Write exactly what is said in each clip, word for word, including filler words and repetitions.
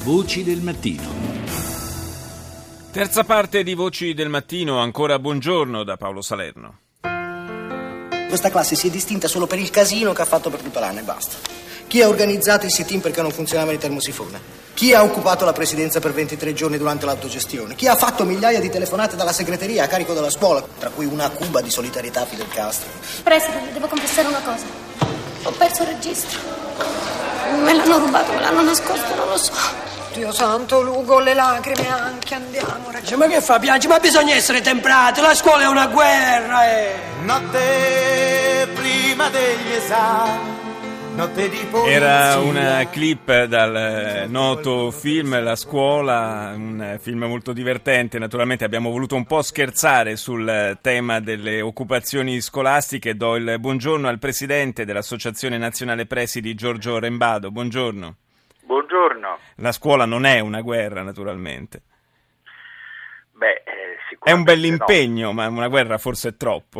Voci del mattino. Terza parte di Voci del Mattino, ancora buongiorno da Paolo Salerno. Questa classe si è distinta solo per il casino che ha fatto per tutto l'anno e basta. Chi ha organizzato il sit-in perché non funzionava il termosifone? Chi ha occupato la presidenza per ventitré giorni durante l'autogestione? Chi ha fatto migliaia di telefonate dalla segreteria a carico della scuola, tra cui una cuba di solidarietà a Fidel Castro? Presidente, devo confessare una cosa. Ho perso il registro. Me l'hanno rubato, me l'hanno nascosto, non lo so. Dio santo, Lugo, le lacrime anche, andiamo, ragazzi. Ma che fa piange? Ma bisogna essere temprati, la scuola è una guerra, eh! Notte prima degli esami. Era una clip dal noto film La scuola, un film molto divertente. Naturalmente abbiamo voluto un po' scherzare sul tema delle occupazioni scolastiche. Do il buongiorno al presidente dell'Associazione Nazionale Presidi, Giorgio Rembado. Buongiorno. Buongiorno. La scuola non è una guerra, naturalmente. Beh, eh, sicuramente è un bell'impegno, no. Ma una guerra forse è troppo.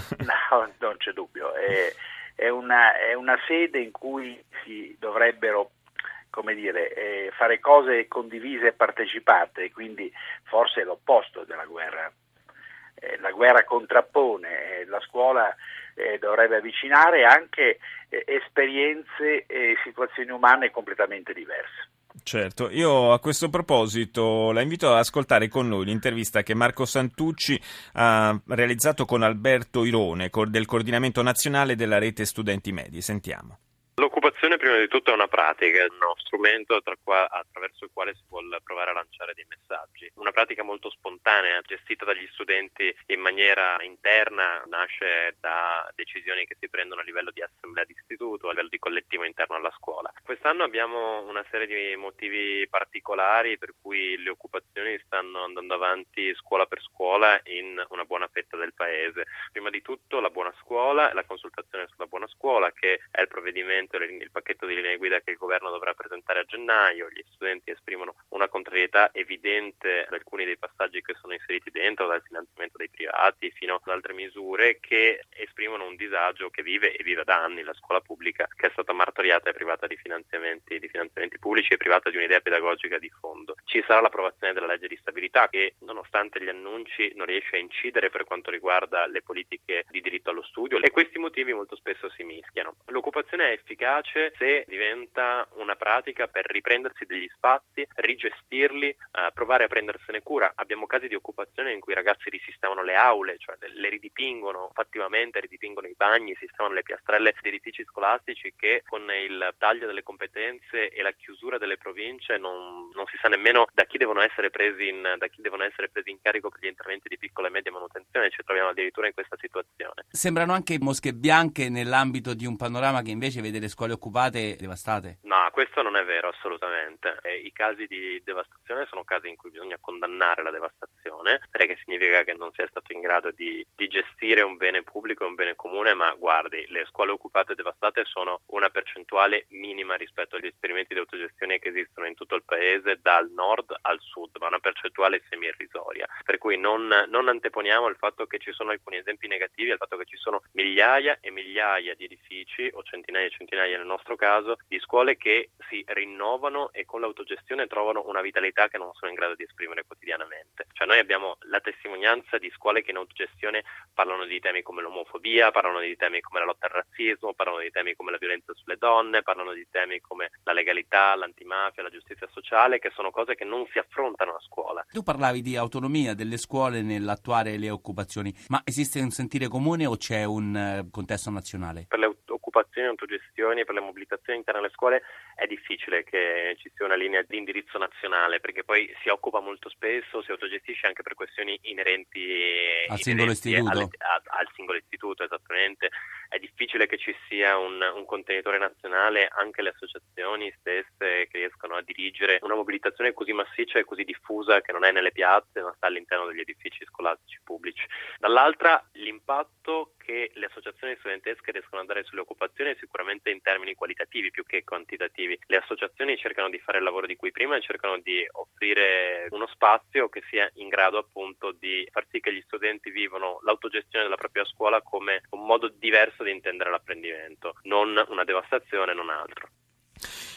No, non c'è dubbio. È, è, una, è una sede in cui si dovrebbero, come dire, eh, fare cose condivise e partecipate, quindi forse è l'opposto della guerra. Eh, la guerra contrappone, eh, la scuola eh, dovrebbe avvicinare anche eh, esperienze e situazioni umane completamente diverse. Certo, io a questo proposito la invito ad ascoltare con noi l'intervista che Marco Santucci ha realizzato con Alberto Irone del Coordinamento Nazionale della Rete Studenti Medi. Sentiamo. L'occupazione prima di tutto è una pratica, è uno strumento tra qua, attraverso il quale si vuole provare a lanciare dei messaggi. Una pratica molto spontanea, gestita dagli studenti in maniera interna, nasce da decisioni che si prendono a livello di assemblea di istituto, a livello di collettivo interno alla scuola. Quest'anno abbiamo una serie di motivi particolari per cui le occupazioni stanno andando avanti scuola per scuola in una buona fetta del paese. Prima di tutto la buona scuola e la consultazione sulla buona scuola, che è il provvedimento, il pacchetto di linee guida che il governo dovrà presentare a gennaio. Gli studenti esprimono una contrarietà evidente ad alcuni dei passaggi che sono inseriti dentro, dal finanziamento dei privati fino ad altre misure che esprimono un disagio che vive e vive da anni la scuola pubblica, che è stata martoriata e privata di finanziamenti, di finanziamenti pubblici e privata di un'idea pedagogica di fondo. Ci sarà l'approvazione della legge di stabilità che, nonostante gli annunci, non riesce a incidere per quanto riguarda le politiche di diritto allo studio, e questi motivi molto spesso si mischiano. L'occupazione è efficace se diventa una pratica per riprendersi degli spazi, rigestirli, eh, provare a prendersene cura. Abbiamo casi di occupazione in cui i ragazzi risistemano le aule, cioè le ridipingono fattivamente, ridipingono i bagni, sistemano le piastrelle di edifici scolastici che con il taglio delle competenze e la chiusura delle province non, non si sa nemmeno da chi devono essere presi in, da chi devono essere presi in carico per gli interventi di piccola e media manutenzione. Ci troviamo addirittura in questa situazione. Sembrano anche mosche bianche nell'ambito di un panorama che invece vede le scuole occupate devastate. No, questo non è vero assolutamente. Eh, I casi di devastazione sono casi in cui bisogna condannare la devastazione, perché significa che non si è stato in grado di, di gestire un bene pubblico e un bene comune, ma guardi, le scuole occupate e devastate sono una percentuale minima rispetto agli esperimenti di autogestione che esistono in tutto il paese, dal nord al sud, ma una percentuale semi-irrisoria. Per cui non, non anteponiamo il fatto che ci sono alcuni esempi negativi al fatto che ci sono migliaia e migliaia di edifici, o centinaia e centinaia nel nostro caso, di scuole che si rinnovano e con l'autogestione trovano una vitalità che non sono in grado di esprimere quotidianamente. Cioè noi abbiamo la testimonianza di scuole che in autogestione parlano di temi come l'omofobia, parlano di temi come la lotta al razzismo, parlano di temi come la violenza sulle donne, parlano di temi come la legalità, l'antimafia, la giustizia sociale, che sono cose che non si affrontano a scuola. Tu parlavi di autonomia delle scuole nell'attuare le occupazioni, ma esiste un sentire comune o c'è un uh, contesto nazionale? Per le occupazioni, autogestioni, per le mobilitazioni interne alle scuole è difficile che ci sia una linea di indirizzo nazionale, perché poi si occupa molto spesso, si autogestisce anche per questioni inerenti al singolo istituto. Alle, a, al singolo istituto, esattamente. È difficile che ci sia un, un contenitore nazionale, anche le associazioni stesse che riescono a dirigere una mobilitazione così massiccia e così diffusa che non è nelle piazze ma sta all'interno degli edifici scolastici pubblici. Dall'altra, l'impatto che le associazioni studentesche riescono a dare sulle occupazioni è sicuramente in termini qualitativi più che quantitativi. Le associazioni cercano di fare il lavoro di cui prima e cercano di offrire uno spazio che sia in grado appunto di far sì che gli studenti vivano l'autogestione della propria scuola come un modo diverso di intendere l'apprendimento, non una devastazione, non altro.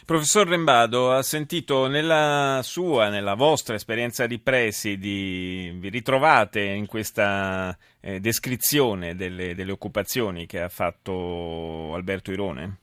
Professor Rembato, ha sentito nella sua, nella vostra esperienza di presidi, vi ritrovate in questa eh, descrizione delle, delle occupazioni che ha fatto Alberto Irone?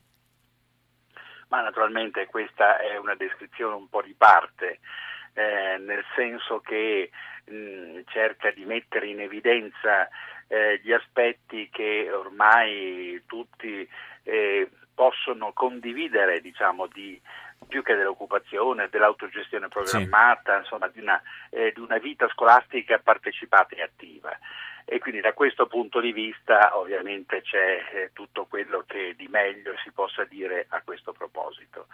Ma naturalmente questa è una descrizione un po' di parte, eh, nel senso che mh, cerca di mettere in evidenza eh, gli aspetti che ormai tutti eh, possono condividere, diciamo, di più che dell'occupazione, dell'autogestione programmata, sì. insomma di una, eh, di una vita scolastica partecipata e attiva. E quindi da questo punto di vista ovviamente c'è eh, tutto quello che di meglio si possa dire a questo proposito.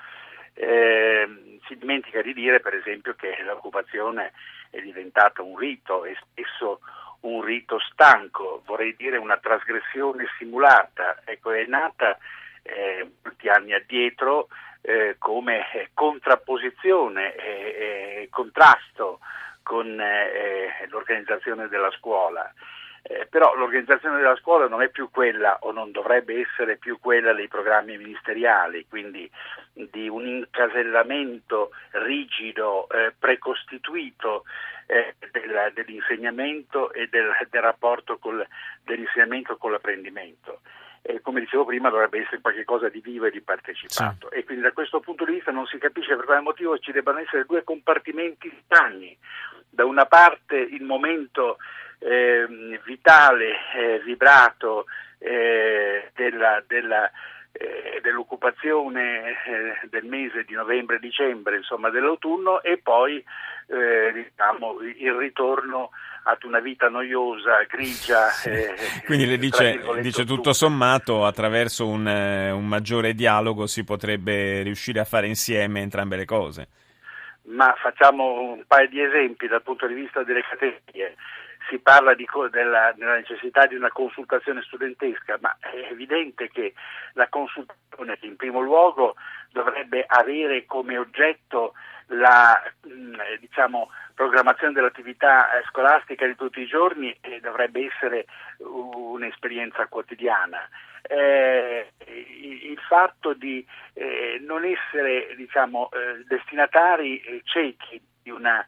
Eh, si dimentica di dire per esempio che l'occupazione è diventata un rito e spesso un rito stanco, vorrei dire una trasgressione simulata. Ecco, è nata eh, molti anni addietro eh, come contrapposizione e eh, contrasto con eh, l'organizzazione della scuola. Eh, però l'organizzazione della scuola non è più quella, o non dovrebbe essere più quella dei programmi ministeriali, quindi di un incasellamento rigido, eh, precostituito eh, del, dell'insegnamento e del, del rapporto col, dell'insegnamento con l'apprendimento. Eh, come dicevo prima, dovrebbe essere qualcosa di vivo e di partecipato. Sì. E quindi da questo punto di vista non si capisce per quale motivo ci debbano essere due compartimenti stagni. Da una parte il momento eh, vitale, eh, vibrato eh, della, della, eh, dell'occupazione eh, del mese di novembre-dicembre, insomma dell'autunno, e poi eh, diciamo, il ritorno ad una vita noiosa, grigia. Sì. Eh, Quindi le dice, dice tutto sommato, attraverso un, un maggiore dialogo si potrebbe riuscire a fare insieme entrambe le cose. Ma facciamo un paio di esempi dal punto di vista delle categorie. Si parla di, della, della necessità di una consultazione studentesca, ma è evidente che la consultazione, che in primo luogo dovrebbe avere come oggetto la mh, diciamo, programmazione dell'attività scolastica di tutti i giorni, eh, dovrebbe essere un'esperienza quotidiana. Eh, il fatto di eh, non essere diciamo, eh, destinatari eh, ciechi di una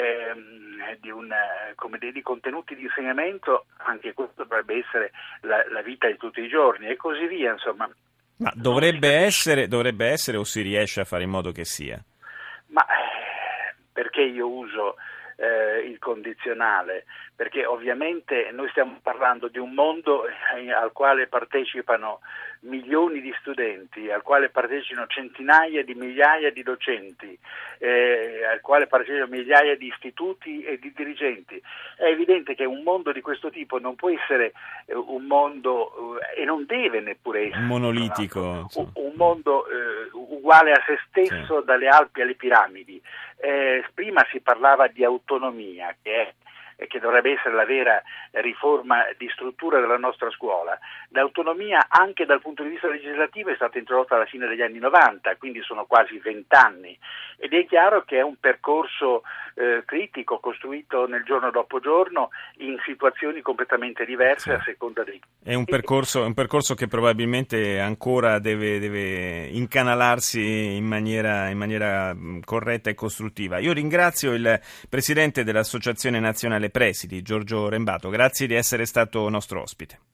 ehm, di, una, come dei, di contenuti di insegnamento, anche questo dovrebbe essere la, la vita di tutti i giorni e così via, insomma. Ma dovrebbe essere, dovrebbe essere o si riesce a fare in modo che sia? Ma eh, perché io uso eh, il condizionale? Perché ovviamente noi stiamo parlando di un mondo eh, al quale partecipano milioni di studenti, al quale partecipano centinaia di migliaia di docenti, eh, al quale partecipano migliaia di istituti e di dirigenti. È evidente che un mondo di questo tipo non può essere eh, un mondo, eh, e non deve neppure essere monolitico, un, un mondo eh, uguale a se stesso, sì. Dalle Alpi alle piramidi. Eh, prima si parlava di autonomia, che è che dovrebbe essere la vera riforma di struttura della nostra scuola. L'autonomia anche dal punto di vista legislativo è stata introdotta alla fine degli anni novanta, quindi sono quasi vent'anni, ed è chiaro che è un percorso eh, critico costruito nel giorno dopo giorno in situazioni completamente diverse, sì. A seconda dei... È un percorso, un percorso che probabilmente ancora deve, deve incanalarsi in maniera, in maniera corretta e costruttiva. Io ringrazio il Presidente dell'Associazione Nazionale Presidi, Giorgio Rembato, grazie di essere stato nostro ospite.